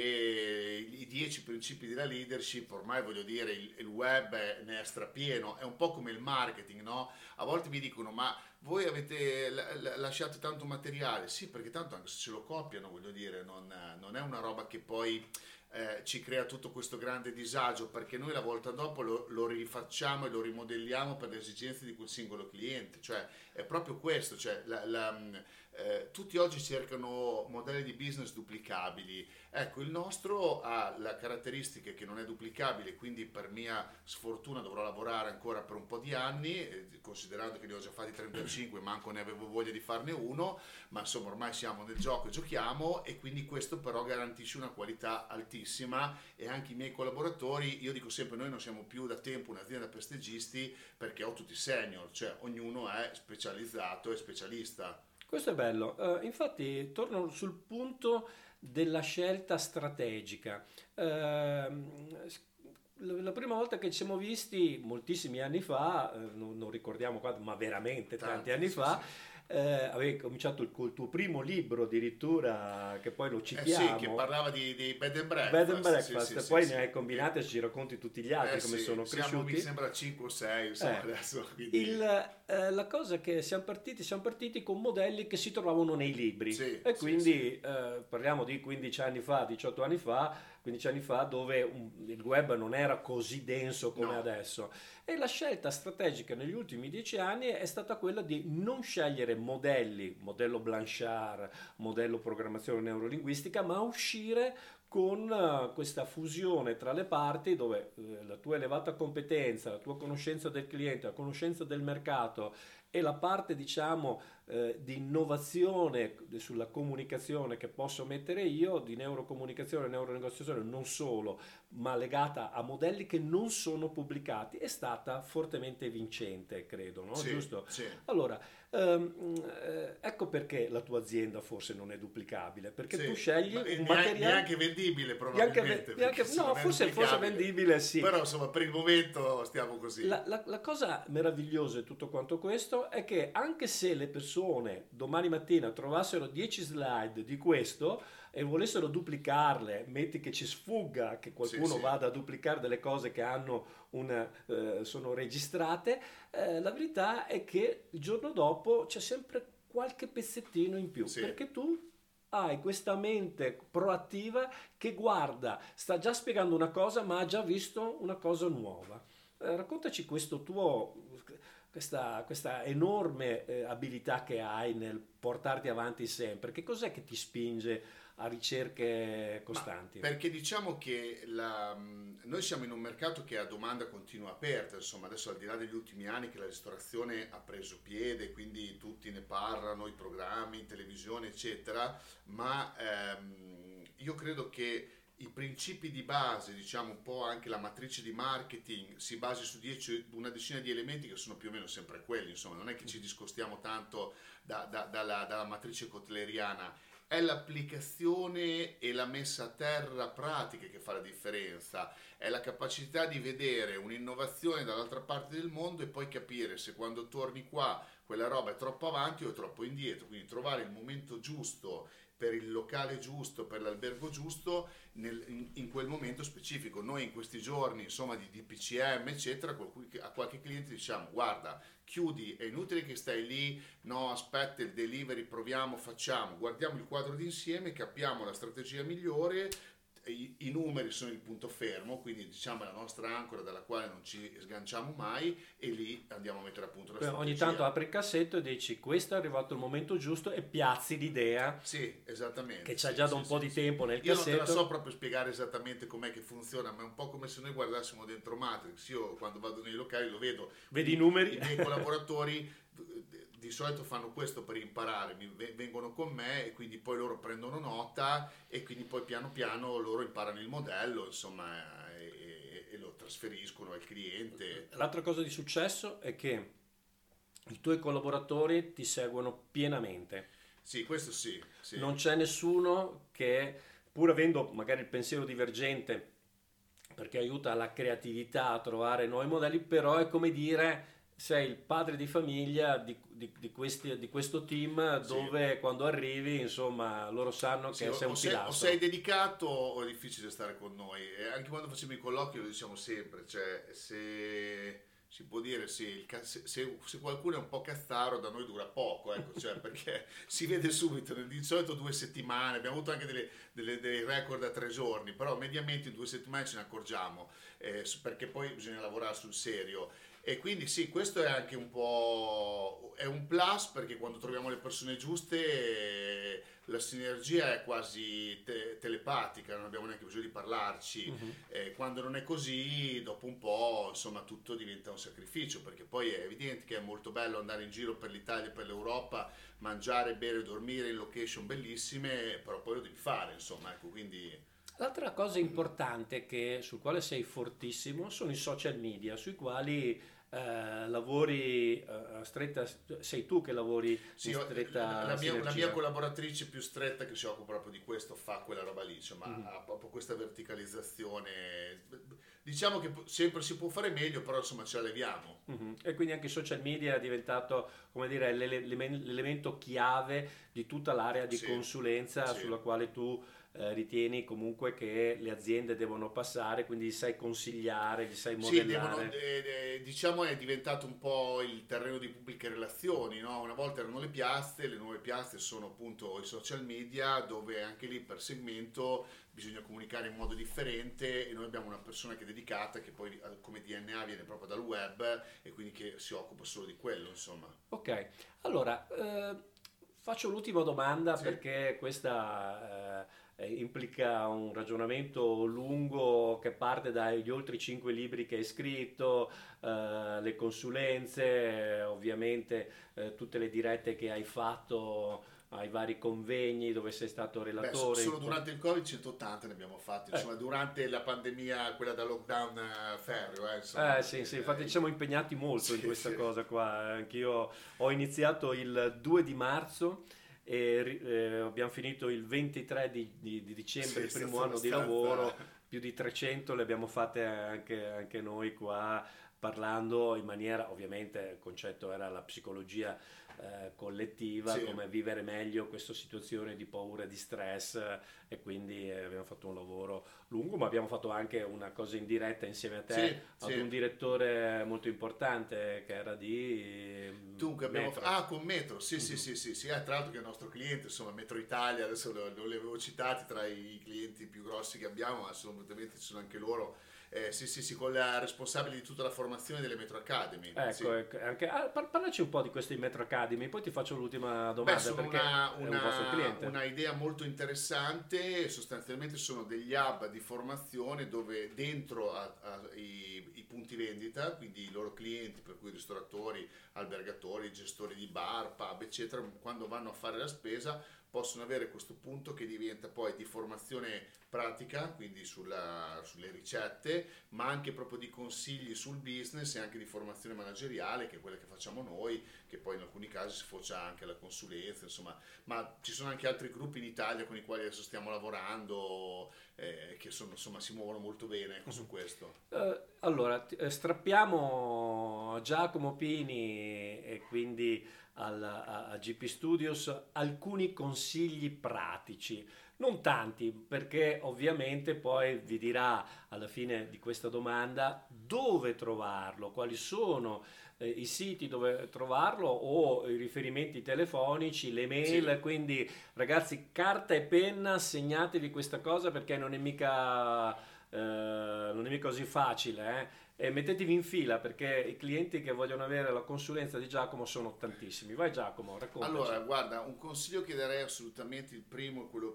che i dieci principi della leadership, ormai voglio dire, il, il web è- ne è strapieno, è un po' come il marketing, no? A volte mi dicono, ma voi avete la- la- lasciato tanto materiale? Sì, perché tanto anche se ce lo copiano, voglio dire, non, non è una roba che poi eh, ci crea tutto questo grande disagio, perché noi la volta dopo lo, lo rifacciamo e lo rimodelliamo per le esigenze di quel singolo cliente, cioè è proprio questo, cioè la- la, mh, eh, tutti oggi cercano modelli di business duplicabili. Ecco, il nostro ha la caratteristica che non è duplicabile, quindi per mia sfortuna dovrò lavorare ancora per un po' di anni, eh, considerando che ne ho già fatti trentacinque, manco ne avevo voglia di farne uno, ma insomma ormai siamo nel gioco e giochiamo, e quindi questo però garantisce una qualità altissima, e anche i miei collaboratori, io dico sempre, noi non siamo più da tempo un'azienda prestiggisti, perché ho tutti senior, cioè ognuno è specializzato e specialista. Questo è bello. Eh, infatti, torno sul punto della scelta strategica. Ehm, s- la la prima volta che ci siamo visti, moltissimi anni fa, eh, non, non ricordiamo quando, ma veramente tanti Tanti, anni sì, fa, sì. eh, avevi cominciato il, col tuo primo libro addirittura, che poi lo Eh sì, che citiamo, parlava di, di bed and Bed and breakfast, sì, sì, Breakfast, sì, poi ne sì. hai Che- combinate e ci racconti tutti gli eh altri come sì, sono siamo mi cresciuti. sembra cinque o sei, insomma, Eh, adesso, quindi... il, eh, la cosa è che siamo partiti, siamo partiti con modelli che si trovavano nei libri, Sì, e sì, sì. quindi eh, parliamo di quindici anni fa, diciotto anni fa, quindici anni fa, dove un- il web non era così denso come No, adesso. E la scelta strategica negli ultimi dieci anni è stata quella di non scegliere modelli, modello Blanchard, modello programmazione neurolinguistica, ma uscire con eh, questa fusione tra le parti, dove eh, la tua elevata competenza, la tua conoscenza del cliente, la conoscenza del mercato e la parte, diciamo, eh, di innovazione sulla comunicazione che posso mettere io, di neurocomunicazione e neuronegoziazione, non solo, ma legata a modelli che non sono pubblicati, è stata fortemente vincente, credo, no? sì, Giusto? sì, Allora, ehm, eh, ecco perché la tua azienda forse non è duplicabile, perché tu sì. scegli Ma eh, un neanche, materiale, neanche vendibile neanche, ve- probabilmente, neanche- perché se no, non è forse, forse duplicabile. vendibile, sì. Però insomma, per il momento stiamo così. La, la- la cosa meravigliosa di tutto quanto questo è che, anche se le persone domani mattina trovassero dieci slide di questo e volessero duplicarle, metti che ci sfugga che Sì, qualcuno sì. vada a duplicare delle cose che hanno una, eh, sono registrate, eh, la verità è che il giorno dopo c'è sempre qualche pezzettino in più, Sì. perché tu hai questa mente proattiva che guarda, sta già spiegando una cosa, ma ha già visto una cosa nuova. Eh, raccontaci questo tuo, questa, questa enorme eh, abilità che hai nel portarti avanti sempre. Che cos'è che ti spinge a ricerche Ma costanti? perché diciamo che la- mh, noi siamo in un mercato che ha domanda continua aperta, insomma, adesso al di là degli ultimi anni che la ristorazione ha preso piede, quindi tutti ne parlano, i programmi, in televisione, eccetera, ma ehm, io credo che i principi di base, diciamo un po' anche la matrice di marketing, si basi su dieci- una decina di elementi che sono più o meno sempre quelli, insomma, non è che ci discostiamo tanto da- da- dalla, dalla matrice cotleriana, è l'applicazione e la messa a terra pratica che fa la differenza, è la capacità di vedere un'innovazione dall'altra parte del mondo e poi capire se quando torni qua quella roba è troppo avanti o è troppo indietro, quindi trovare il momento giusto per il locale giusto, per l'albergo giusto nel, in, in quel momento specifico. Noi in questi giorni, insomma, di D P C M eccetera, a qualche cliente diciamo: guarda, chiudi, è inutile che stai lì, no, aspetta il delivery, proviamo, facciamo, guardiamo il quadro d'insieme, capiamo la strategia migliore. I, i numeri sono il punto fermo, quindi diciamo la nostra ancora dalla quale non ci sganciamo mai, e lì andiamo a mettere a punto la Beh, strategia. ogni tanto apri il cassetto e dici: questo è arrivato il momento giusto, e piazzi l'idea. Sì, esattamente. Che c'è sì, già da sì, un po' sì, di sì. tempo nel Io cassetto. non te la so proprio spiegare esattamente com'è che funziona, ma è un po' come se noi guardassimo dentro Matrix. Io quando vado nei locali lo vedo. Vedi i numeri? I miei collaboratori di solito fanno questo per imparare, mi vengono con me e quindi poi loro prendono nota e quindi poi piano piano loro imparano il modello, insomma, e, e, e lo trasferiscono al cliente. L'altra cosa di successo è che i tuoi collaboratori ti seguono pienamente. Sì, questo sì, sì. Non c'è nessuno che, pur avendo magari il pensiero divergente, perché aiuta la creatività a trovare nuovi modelli, però è come dire: sei il padre di famiglia di, di, di, questi, di questo team, dove sì, quando arrivi, insomma, loro sanno sì, che sei un o sei, pilastro. O sei dedicato o è difficile stare con noi. E anche quando facciamo i colloqui lo diciamo sempre, cioè se si può dire sì, il, se, se, se qualcuno è un po' cazzaro da noi dura poco, ecco, cioè, perché si vede subito, di solito due settimane, abbiamo avuto anche delle, delle, dei record a tre giorni, però mediamente in due settimane ce ne accorgiamo, eh, perché poi bisogna lavorare sul serio. E quindi sì, questo è anche un po' è un plus, perché quando troviamo le persone giuste la sinergia è quasi te- telepatica, non abbiamo neanche bisogno di parlarci. Uh-huh. Eh, quando non è così, dopo un po', insomma, tutto diventa un sacrificio, perché poi è evidente che è molto bello andare in giro per l'Italia e per l'Europa, mangiare, bere, dormire in location bellissime, però poi lo devi fare, insomma, ecco, quindi... L'altra cosa importante che, sul quale sei fortissimo sono i social media, sui quali eh, lavori eh, a stretta, sei tu che lavori sì, in stretta la mia, la mia sinergia. collaboratrice più stretta che si occupa proprio di questo fa quella roba lì, cioè, ma Mhm. ha proprio questa verticalizzazione. Diciamo che sempre si può fare meglio, però insomma ce la leviamo. Mhm. E quindi anche i social media è diventato, come dire, l'ele- l'elemento chiave di tutta l'area di Sì, consulenza sì. sulla quale tu eh, ritieni comunque che le aziende devono passare, quindi gli sai consigliare, gli sai Sì, modellare. devono, eh, eh, diciamo è diventato un po' il terreno di pubbliche relazioni, no? Una volta erano le piazze, le nuove piazze sono appunto i social media, dove anche lì per segmento bisogna comunicare in modo differente, e noi abbiamo una persona che è dedicata, che poi come D N A viene proprio dal web e quindi che si occupa solo di quello, insomma. Ok, allora eh, faccio l'ultima domanda, Sì. perché questa eh, implica un ragionamento lungo che parte dagli oltre cinque libri che hai scritto, eh, le consulenze, eh, ovviamente eh, tutte le dirette che hai fatto ai vari convegni dove sei stato Beh, so- relatore. solo durante il Covid centottanta ne abbiamo fatti, Eh. insomma, durante la pandemia, quella da lockdown eh, ferreo, eh, insomma. Eh sì, sì, infatti ci siamo impegnati molto in Sì, questa sì. cosa qua. Anch'io ho iniziato il due di marzo e ri- eh, abbiamo finito il ventitré di, di- di dicembre, Sì, il primo stata anno di abbastanza- lavoro. Più di trecento le abbiamo fatte anche, anche noi qua, parlando in maniera, ovviamente il concetto era la psicologia eh, collettiva, Sì. come vivere meglio questa situazione di paura e di stress, eh, e quindi eh, abbiamo fatto un lavoro lungo, ma abbiamo fatto anche una cosa in diretta insieme a te, Sì, ad sì. un direttore molto importante che era di Dunque abbiamo Metro. fa- ah, con Metro, sì, sì, Mhm. sì, sì, sì, eh, tra l'altro che è il nostro cliente, insomma, Metro Italia, adesso non li avevo citati tra i clienti più grossi che abbiamo, ma assolutamente ci sono anche loro. Eh, sì, sì, sì, con la responsabile di tutta la formazione delle Metro Academy. Ecco, Sì. ecco, anche, ah, par- parlaci un po' di questi Metro Academy, poi ti faccio l'ultima Beh, domanda, sono perché una, è un vostro una, cliente. una idea molto interessante, sostanzialmente sono degli hub di formazione dove dentro a- a- i, i punti vendita, quindi i loro clienti, per cui ristoratori, albergatori, gestori di bar, pub, eccetera, quando vanno a fare la spesa possono avere questo punto che diventa poi di formazione pratica, quindi sulla- sulle ricette, ma anche proprio di consigli sul business e anche di formazione manageriale, che è quella che facciamo noi, che poi in alcuni casi si sfocia anche alla consulenza, insomma, ma ci sono anche altri gruppi in Italia con i quali adesso stiamo lavorando, eh, che sono, insomma, si muovono molto bene, ecco, su questo. Eh, allora, ti- eh, strappiamo Giacomo Pini e quindi al, a, a G P Studios alcuni consigli pratici. Non tanti, perché ovviamente poi vi dirà alla fine di questa domanda dove trovarlo, quali sono eh, i siti dove trovarlo o i riferimenti telefonici, le mail, Sì. quindi ragazzi carta e penna, segnatevi questa cosa perché non è mica, eh, non è mica così facile, eh. E mettetevi in fila perché i clienti che vogliono avere la consulenza di Giacomo sono tantissimi. Vai Giacomo, Allora, raccontaci. guarda, un consiglio che darei assolutamente, il primo e quello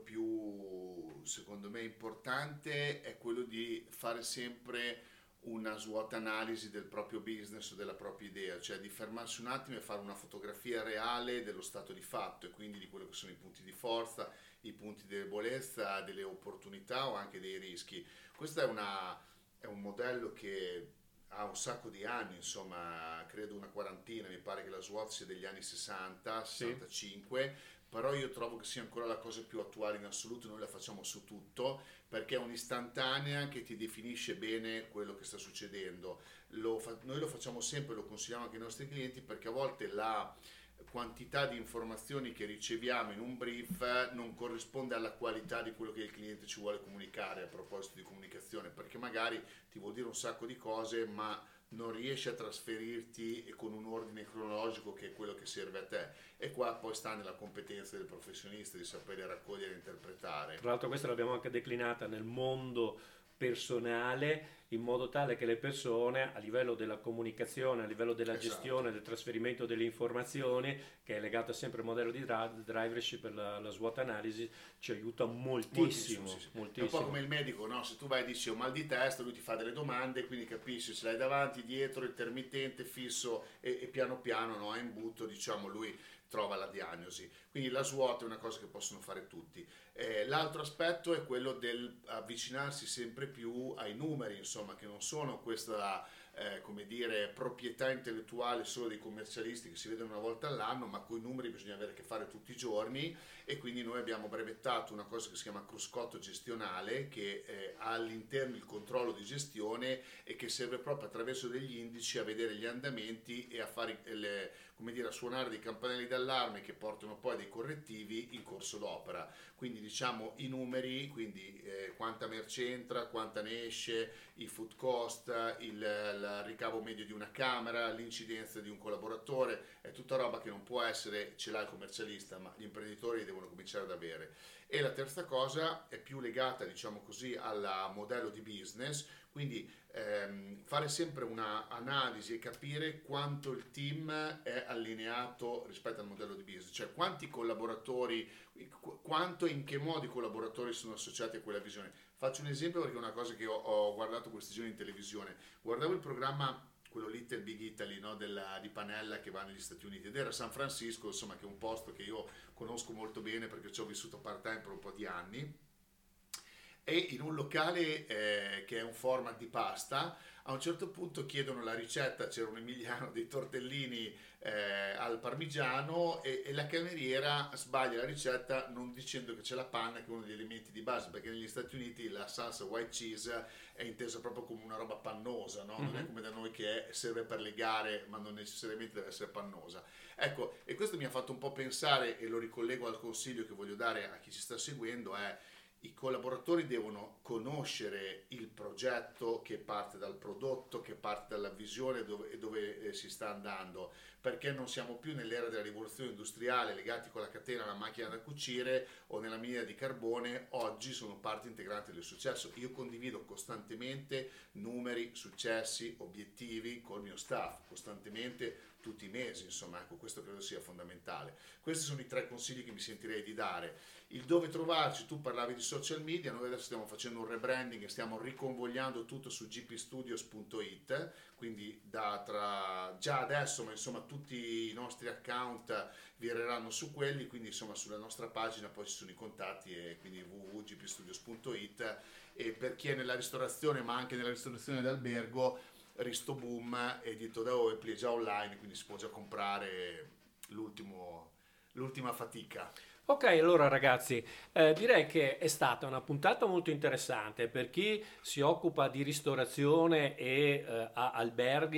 più, secondo me, importante, è quello di fare sempre una SWOT analisi del proprio business o della propria idea, cioè di fermarsi un attimo e fare una fotografia reale dello stato di fatto e quindi di quello che sono i punti di forza, i punti di debolezza, delle opportunità o anche dei rischi. Questo è una, è un modello che ha un sacco di anni, insomma, credo una quarantina, mi pare che la SWOT sia degli anni sessanta, Sì. sessantacinque, però io trovo che sia ancora la cosa più attuale in assoluto, noi la facciamo su tutto, perché è un'istantanea che ti definisce bene quello che sta succedendo. Lo fa- noi lo facciamo sempre, lo consigliamo anche ai nostri clienti, perché a volte la quantità di informazioni che riceviamo in un brief non corrisponde alla qualità di quello che il cliente ci vuole comunicare a proposito di comunicazione, perché magari ti vuol dire un sacco di cose, ma non riesci a trasferirti con un ordine cronologico che è quello che serve a te. E qua poi sta nella competenza del professionista di sapere raccogliere e interpretare. Tra l'altro questa l'abbiamo anche declinata nel mondo personale in modo tale che le persone a livello della comunicazione, a livello della Esatto. gestione, del trasferimento delle informazioni, che è legato sempre al modello di dra- drivership per la, la SWOT analisi, ci aiuta Moltissimo, sì, moltissimo, sì. È un po' come moltissimo. il medico, no? Se tu vai e dici ho mal di testa, lui ti fa delle domande, quindi capisci se l'hai davanti, dietro, intermittente, fisso e, e piano piano, no? A imbuto, diciamo, lui trova la diagnosi. Quindi la SWOT è una cosa che possono fare tutti. Eh, l'altro aspetto è quello del avvicinarsi sempre più ai numeri, insomma, che non sono questa, eh, come dire, proprietà intellettuale solo dei commercialisti che si vedono una volta all'anno, ma con i numeri bisogna avere a che fare tutti i giorni e quindi noi abbiamo brevettato una cosa che si chiama cruscotto gestionale che eh, ha all'interno il controllo di gestione e che serve proprio attraverso degli indici a vedere gli andamenti e a fare le, come dire, a suonare dei campanelli d'allarme che portano poi a dei correttivi in corso d'opera. Quindi diciamo i numeri, quindi eh, quanta merce entra, quanta ne esce, i food cost, il, il ricavo medio di una camera, l'incidenza di un collaboratore, è tutta roba che non può essere, ce l'ha il commercialista, ma gli imprenditori devono cominciare ad avere. E la terza cosa è più legata, diciamo così, al modello di business, quindi ehm, fare sempre una analisi e capire quanto il team è allineato rispetto al modello di business, cioè quanti collaboratori, qu- quanto e in che modo i collaboratori sono associati a quella visione. Faccio un esempio perché è una cosa che ho, ho guardato questi giorni in televisione. Guardavo il programma quello Little Big Italy, no, della, di Panella che va negli Stati Uniti ed era San Francisco, insomma, che è un posto che io conosco molto bene perché ci ho vissuto part time per un po' di anni e in un locale eh, che è un format di pasta, a un certo punto chiedono la ricetta, c'era un emiliano dei tortellini eh, al parmigiano e, e la cameriera sbaglia la ricetta non dicendo che c'è la panna che è uno degli elementi di base, perché negli Stati Uniti la salsa white cheese è intesa proprio come una roba pannosa, no? Non è Mhm. come da noi che è- serve per le gare ma non necessariamente deve essere pannosa. Ecco, e questo mi ha fatto un po' pensare e lo ricollego al consiglio che voglio dare a chi ci sta seguendo, è i collaboratori devono conoscere il progetto che parte dal prodotto, che parte dalla visione dove, e dove eh, si sta andando, perché non siamo più nell'era della rivoluzione industriale legati con la catena alla macchina da cucire o nella miniera di carbone, oggi sono parte integrante del successo. Io condivido costantemente numeri, successi, obiettivi col mio staff, costantemente tutti i mesi, insomma, ecco, questo credo sia fondamentale. Questi sono i tre consigli che mi sentirei di dare. Il dove trovarci, tu parlavi di social media, noi adesso stiamo facendo un rebranding e stiamo riconvogliando tutto su g p studios punto it, quindi da tra, già adesso, ma insomma tutti i nostri account vireranno su quelli, quindi insomma sulla nostra pagina poi ci sono i contatti e quindi w w w punto g p studios punto it e per chi è nella ristorazione ma anche nella ristorazione d'albergo, Ristoboom, edito da Oepli, è già online, quindi si può già comprare l'ultimo, l'ultima fatica. Ok, allora ragazzi, eh, direi che è stata una puntata molto interessante per chi si occupa di ristorazione e eh, ha alberghi.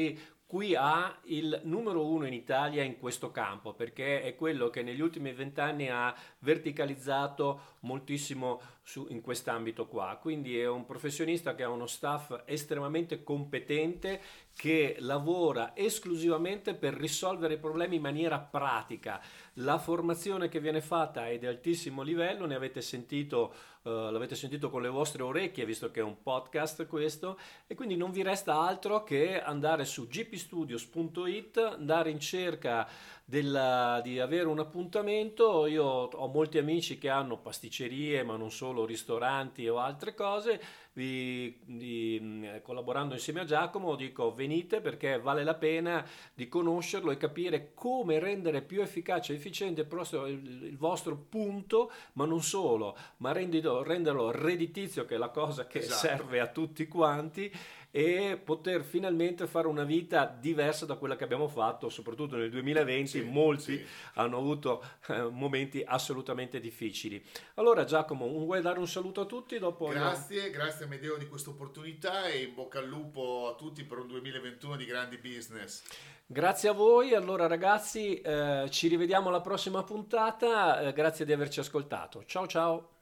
qui ha il numero uno in Italia in questo campo, perché è quello che negli ultimi vent'anni ha verticalizzato moltissimo su, in quest'ambito qua. Quindi è un professionista che ha uno staff estremamente competente, che lavora esclusivamente per risolvere i problemi in maniera pratica. La formazione che viene fatta è di altissimo livello, ne avete sentito, eh, l'avete sentito con le vostre orecchie, visto che è un podcast questo, e quindi non vi resta altro che andare su g p studios punto it, andare in cerca della, di avere un appuntamento. Io ho molti amici che hanno pasticcerie, ma non solo, ristoranti o altre cose. Vi, vi, collaborando insieme a Giacomo, dico venite, perché vale la pena di conoscerlo e capire come rendere più efficace e efficiente il, il vostro punto, ma non solo, ma renderlo, renderlo redditizio, che è la cosa che esatto. serve a tutti quanti, e poter finalmente fare una vita diversa da quella che abbiamo fatto, soprattutto nel duemilaventi. Sì, molti sì. hanno avuto eh, momenti assolutamente difficili. Allora Giacomo, vuoi dare un saluto a tutti? Dopo grazie, no? Grazie Amedeo di questa opportunità e in bocca al lupo a tutti per un duemilaventuno di grandi business. Grazie a voi. Allora ragazzi, eh, ci rivediamo alla prossima puntata, eh, grazie di averci ascoltato. Ciao ciao.